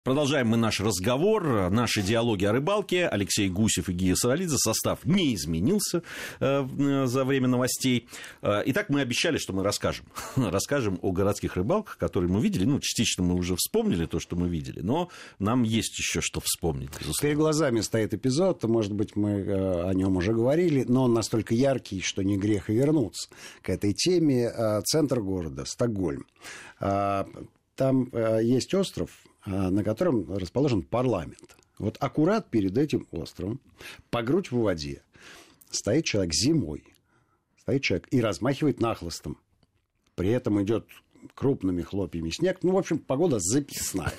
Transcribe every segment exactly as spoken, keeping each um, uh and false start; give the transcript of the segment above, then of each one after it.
Продолжаем мы наш разговор, наши диалоги о рыбалке. Алексей Гусев и Гия Саралидзе. Состав не изменился э, за время новостей. Э, итак, мы обещали, что мы расскажем. Расскажем о городских рыбалках, которые мы видели. Ну, частично мы уже вспомнили то, что мы видели, но нам есть еще что вспомнить, безусловно. Перед глазами стоит эпизод, может быть, мы э, о нем уже говорили, но он настолько яркий, что не грех и вернуться к этой теме. Э, центр города, Стокгольм. Э, там э, есть остров, на котором расположен парламент. Вот аккурат перед этим островом, по грудь в воде, стоит человек зимой, стоит человек и размахивает нахлыстом. При этом идет крупными хлопьями снег. Ну, в общем, погода записная.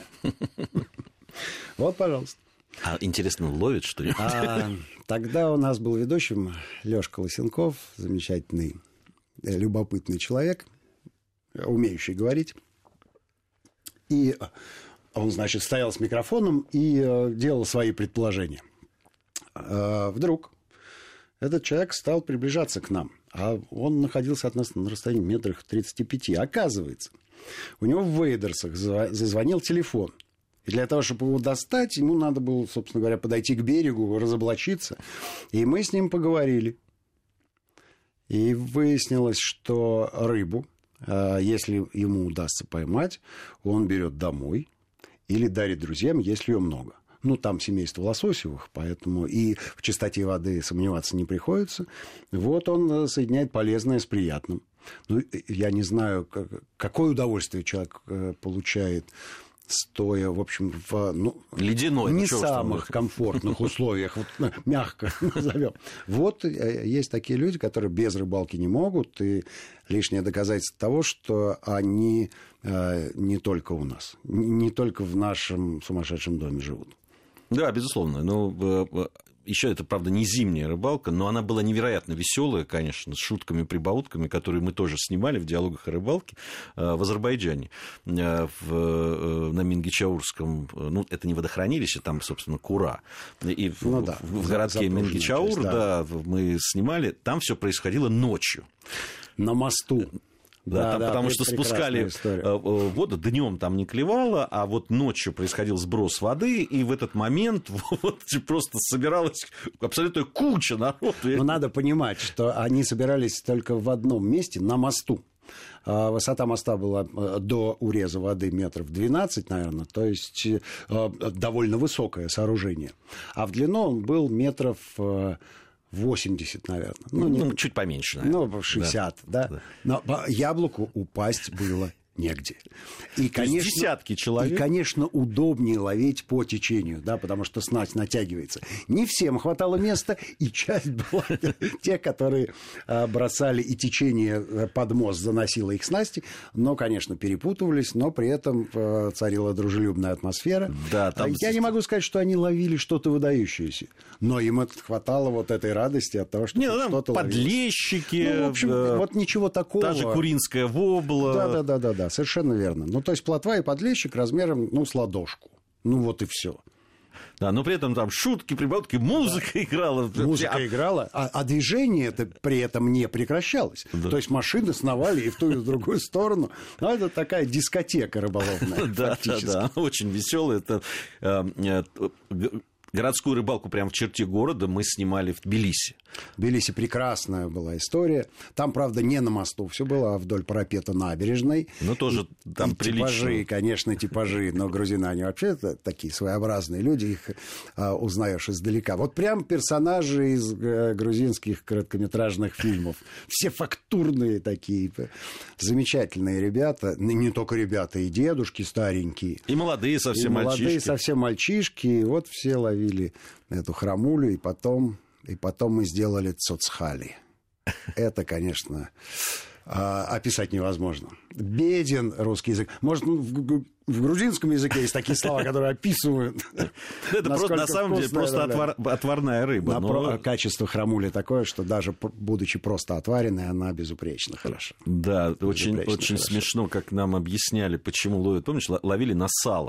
Вот, пожалуйста. А интересно, ловит что-нибудь? А, тогда у нас был ведущим Лёшка Лысенков, замечательный, любопытный человек, умеющий говорить. И он, значит, стоял с микрофоном и э, делал свои предположения. Э, вдруг этот человек стал приближаться к нам, а он находился от нас на расстоянии метрах тридцати пяти. Оказывается, у него в вейдерсах зазвонил телефон. И для того, чтобы его достать, ему надо было, собственно говоря, подойти к берегу, разоблачиться. И мы с ним поговорили. И выяснилось, что рыбу, э, если ему удастся поймать, он берет домой. Или дарит друзьям, если ее много. Ну, там семейство лососевых, поэтому и в чистоте воды сомневаться не приходится. Вот он соединяет полезное с приятным. Ну, я не знаю, какое удовольствие человек получает, стоя, в общем, в ну, ледяной, не самых комфортных условиях, вот, мягко назовем. Вот есть такие люди, которые без рыбалки не могут, и лишнее доказательство того, что они э, не только у нас, не только в нашем сумасшедшем доме живут. Да, безусловно. Но еще это, правда, не зимняя рыбалка, но она была невероятно веселая, конечно, с шутками-прибаутками, которые мы тоже снимали в диалогах о рыбалке в Азербайджане, в, на Мингичаурском, ну, это не водохранилище, там, собственно, Кура. И ну, в, да, в городке Мингичаур, часть, да. да, мы снимали, там все происходило ночью. На мосту. Да, да, там, да, потому что спускали история. Воду, днем там не клевало, а вот ночью происходил сброс воды, и в этот момент вот просто собиралась абсолютно куча народу. Но надо понимать, что они собирались только в одном месте, на мосту. Высота моста была до уреза воды метров двенадцать, наверное, то есть довольно высокое сооружение. А в длину он был метров восемьдесят, наверное. Ну, ну не... чуть поменьше, наверное. Ну, шестьдесят, да. да. Но по яблоку упасть было негде. И, конечно, десятки человек. И, конечно, удобнее ловить по течению, да, потому что снасть натягивается. Не всем хватало места, и часть была те, которые бросали, и течение под мост заносило их снасти, но, конечно, перепутывались, но при этом царила дружелюбная атмосфера. Да, там... Я не могу сказать, что они ловили что-то выдающееся, но им хватало вот этой радости от того, что не, что-то ловилось. Подлещики. Ну, в общем, да, вот ничего такого. Та же куринская вобла. Да-да-да. Да, совершенно верно. Ну, то есть плотва и подлещик размером, ну, с ладошку. Ну, вот и все. Да, но при этом там шутки, прибаутки, музыка да. играла. Музыка а... играла, а, а движение это при этом не прекращалось. Да. То есть машины сновали и в ту, и в другую сторону. Ну, это такая дискотека рыболовная. Да, да, да, очень веселая. Это городскую рыбалку прямо в черте города мы снимали в Тбилиси. В Тбилиси прекрасная была история. Там, правда, не на мосту все было, а вдоль парапета набережной. Ну, тоже и, там и прилично. Типажи, конечно, типажи. Но грузины, они вообще такие своеобразные люди. Их а, узнаешь издалека. Вот прям персонажи из а, грузинских короткометражных фильмов. Все фактурные такие. Замечательные ребята. Не только ребята, и дедушки старенькие. И молодые совсем и мальчишки. молодые совсем мальчишки. И вот все ловили эту храмулю. И потом... И потом мы сделали цоцхали. Это, конечно, описать невозможно. Беден русский язык. Может, в грузинском языке есть такие слова, которые описывают. Это просто, на самом деле просто отварная рыба. Качество храмули такое, что даже будучи просто отваренной, она безупречно хороша. Да, очень смешно, как нам объясняли, почему ловят. Помнишь, ловили на сало.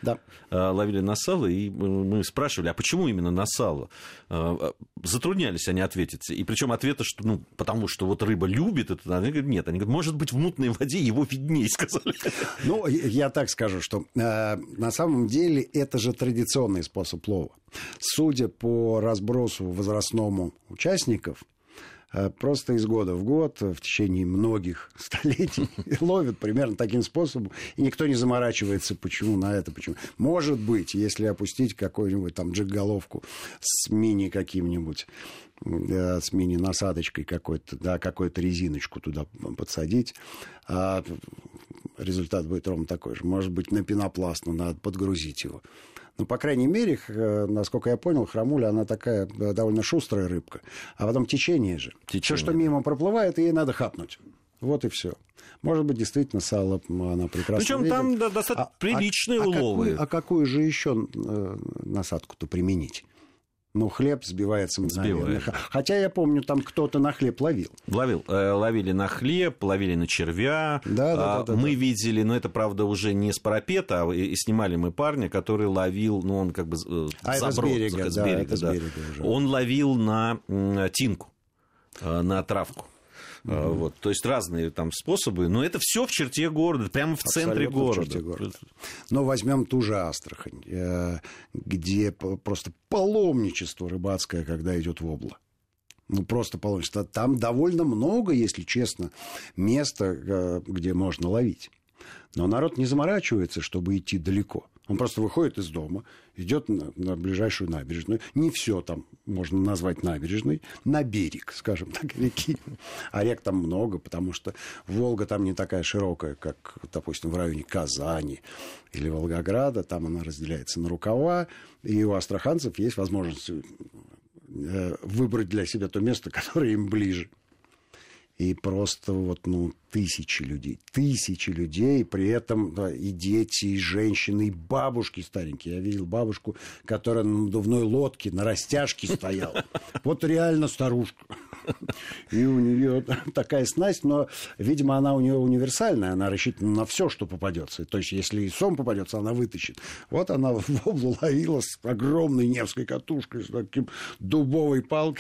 Да. Ловили на сало, и мы спрашивали, а почему именно на сало? Затруднялись они ответить. И причем ответа, что, ну, потому что вот рыба любит это, они говорят, нет. Они говорят, может быть, в мутной воде его виднее, сказали. Ну, я так скажу, что э, на самом деле это же традиционный способ лова. Судя по разбросу возрастному участников, просто из года в год, в течение многих столетий, ловят примерно таким способом, и никто не заморачивается, почему на это, почему. Может быть, если опустить какую-нибудь там джиг-головку с мини каким-нибудь, да, с мини-насадочкой какой-то, да, какую-то резиночку туда подсадить, а результат будет ровно такой же. Может быть, на пенопласт, но надо подгрузить его. Ну, по крайней мере, насколько я понял, хромуля, она такая довольно шустрая рыбка. А потом течение же. Течение. Все, что мимо проплывает, ей надо хапнуть. Вот и все. Может быть, действительно, сало она прекрасно Причем видит. там да, достаточно а, приличные а, уловы. А какую, а какую же еще э, насадку-то применить? Ну, хлеб сбивается мгновенно. Хотя я помню, там кто-то на хлеб ловил. Ловил. Ловили на хлеб, ловили на червя. Да, да, а, да, да, мы да. видели, но это, правда, уже не с парапета, а и, и снимали мы парня, который ловил, ну, он как бы а заброс, это с берега, с да, берега, это с да. берега уже. Он ловил на тинку, на травку. Mm-hmm. Вот, то есть разные там способы, но это все в черте города, прямо в Абсолютно центре города. В черте города. Но возьмем ту же Астрахань, где просто паломничество рыбацкое, когда идет вобло. Ну, просто паломничество. Там довольно много, если честно, места, где можно ловить. Но народ не заморачивается, чтобы идти далеко. Он просто выходит из дома, идет на, на ближайшую набережную. Не все там можно назвать набережной. На берег, скажем так, реки. А рек там много, потому что Волга там не такая широкая, как, допустим, в районе Казани или Волгограда. Там она разделяется на рукава. И у астраханцев есть возможность выбрать для себя то место, которое им ближе. И просто вот, ну, тысячи людей, тысячи людей, при этом да, и дети, и женщины, и бабушки старенькие. Я видел бабушку, которая на надувной лодке, на растяжке стояла. Вот реально старушка. И у нее такая снасть, но, видимо, она у нее универсальная, она рассчитана на все, что попадется. То есть, если и сом попадется, она вытащит. Вот она в воблу ловила с огромной невской катушкой, с таким дубовой палкой.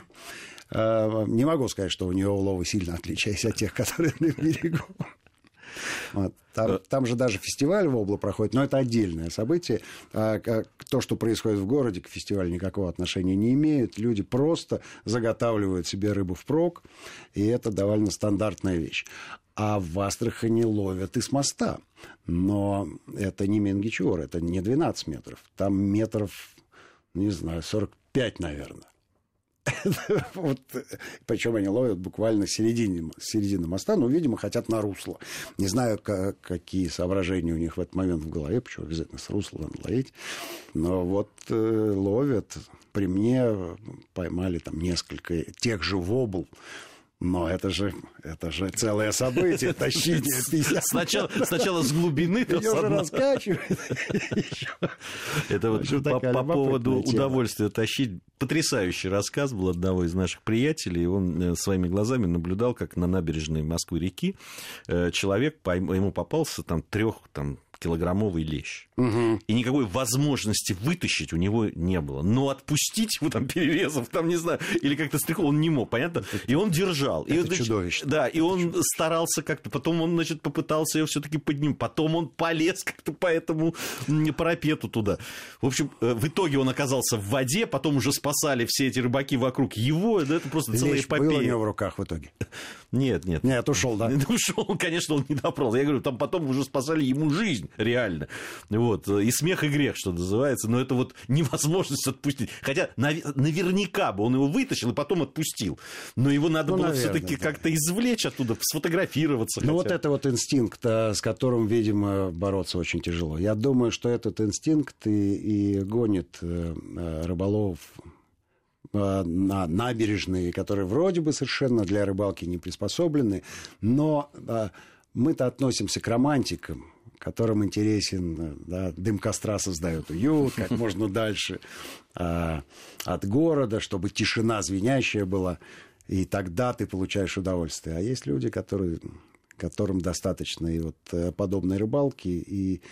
Не могу сказать, что у нее уловы сильно отличаются от тех, которые на берегу. Вот. Там, там же даже фестиваль вобла проходит, но это отдельное событие. То, что происходит в городе, к фестивалю никакого отношения не имеет. Люди просто заготавливают себе рыбу впрок, и это довольно стандартная вещь. А в Астрахани ловят из моста. Но это не Менгичуор, это не двенадцать метров. Там метров, не знаю, сорок пять, наверное. Вот, причем они ловят буквально середине, середины моста, но, видимо, хотят на русло. Не знаю, как, какие соображения у них в этот момент в голове, почему обязательно с русла надо ловить. Но вот э, ловят. При мне поймали там несколько тех же вобл. Но это же, это же целое событие, тащение пятьдесят. Сначала, сначала с глубины. Ее уже раскачивает. Это вот по, по поводу удовольствия тащить. Потрясающий рассказ был одного из наших приятелей. Он своими глазами наблюдал, как на набережной Москвы-реки человек, ему попался там трех там, килограммовый лещ. Угу. И никакой возможности вытащить у него не было. Но отпустить его, там, перерезав, там, не знаю, или как-то стряхнул, он не мог, понятно? И он держал. Это и, значит, чудовищно. Да, и это он чудовищно. старался как-то, потом он, значит, попытался ее все-таки поднимать, потом он полез как-то по этому парапету туда. В общем, в итоге он оказался в воде, потом уже спасали все эти рыбаки вокруг его, да, это просто целая Лещ эпопея. был у него в руках в итоге? Нет, нет. Нет, ушел, да? Ушел, конечно, он не добрался. Я говорю, там потом уже спасали ему жизнь, реально. Вот. И смех, и грех, что называется. Но это вот невозможность отпустить. Хотя наверняка бы он его вытащил и потом отпустил. Но его надо ну, было все-таки да. как-то извлечь оттуда, сфотографироваться. Ну, хотя. Вот это вот инстинкт, с которым, видимо, бороться очень тяжело. Я думаю, что этот инстинкт и, и гонит рыболовов на набережные, которые вроде бы совершенно для рыбалки не приспособлены, но мы-то относимся к романтикам, которым интересен, да, дым костра создает уют, как можно дальше а, от города, чтобы тишина звенящая была, и тогда ты получаешь удовольствие. А есть люди, которые, которым достаточно и вот подобной рыбалки, и,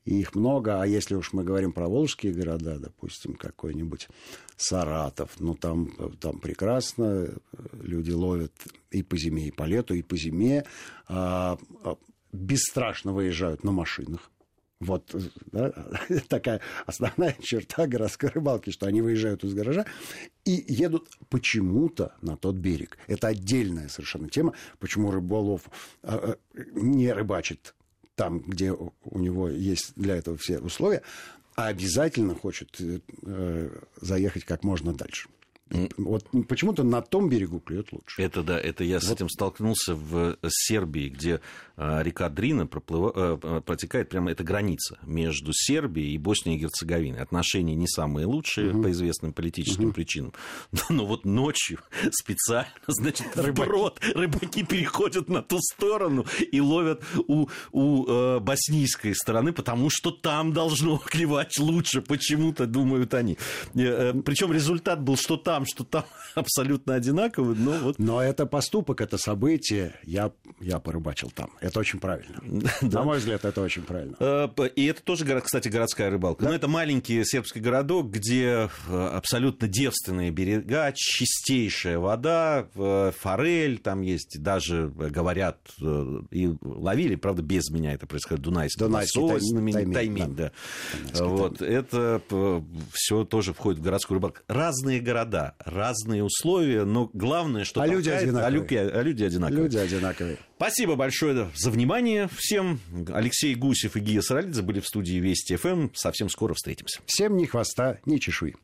и их много. А если уж мы говорим про волжские города, допустим, какой-нибудь Саратов, ну, там, там прекрасно, люди ловят и по зиме, и по лету, и по зиме, а, а, бесстрашно выезжают на машинах. Вот, да, такая основная черта городской рыбалки, что они выезжают из гаража и едут почему-то на тот берег. Это отдельная совершенно тема, почему рыболов не рыбачит там, где у него есть для этого все условия, а обязательно хочет заехать как можно дальше. Вот почему-то на том берегу клюет лучше. Это да, это я вот. С этим столкнулся в Сербии, где а, река Дрина проплыва, а, протекает прямо, это граница между Сербией и Боснией и Герцеговиной. Отношения не самые лучшие uh-huh. по известным политическим uh-huh. причинам. Но, но вот ночью специально, значит, вброд рыбаки переходят на ту сторону и ловят у, у э, боснийской стороны, потому что там должно клевать лучше, почему-то думают они. Э, э, причем результат был, что там что там абсолютно одинаково, но вот... Но это поступок, это событие, я, я порыбачил там. Это очень правильно. Да. На мой взгляд, это очень правильно. И это тоже, кстати, городская рыбалка. Да? Но это маленький сербский городок, где абсолютно девственные берега, чистейшая вода, форель там есть, даже, говорят, и ловили, правда, без меня это происходит, Дунайский, Дунайский лосось, таймень, таймень, таймень, да. Да. Вот, это все тоже входит в городскую рыбалку. Разные города, разные условия, но главное, что... А люди одинаковые. А люди, а люди одинаковые. Люди одинаковые. Спасибо большое за внимание всем. Алексей Гусев и Гия Саралидзе были в студии Вести ФМ. Совсем скоро встретимся. Всем ни хвоста, ни чешуи.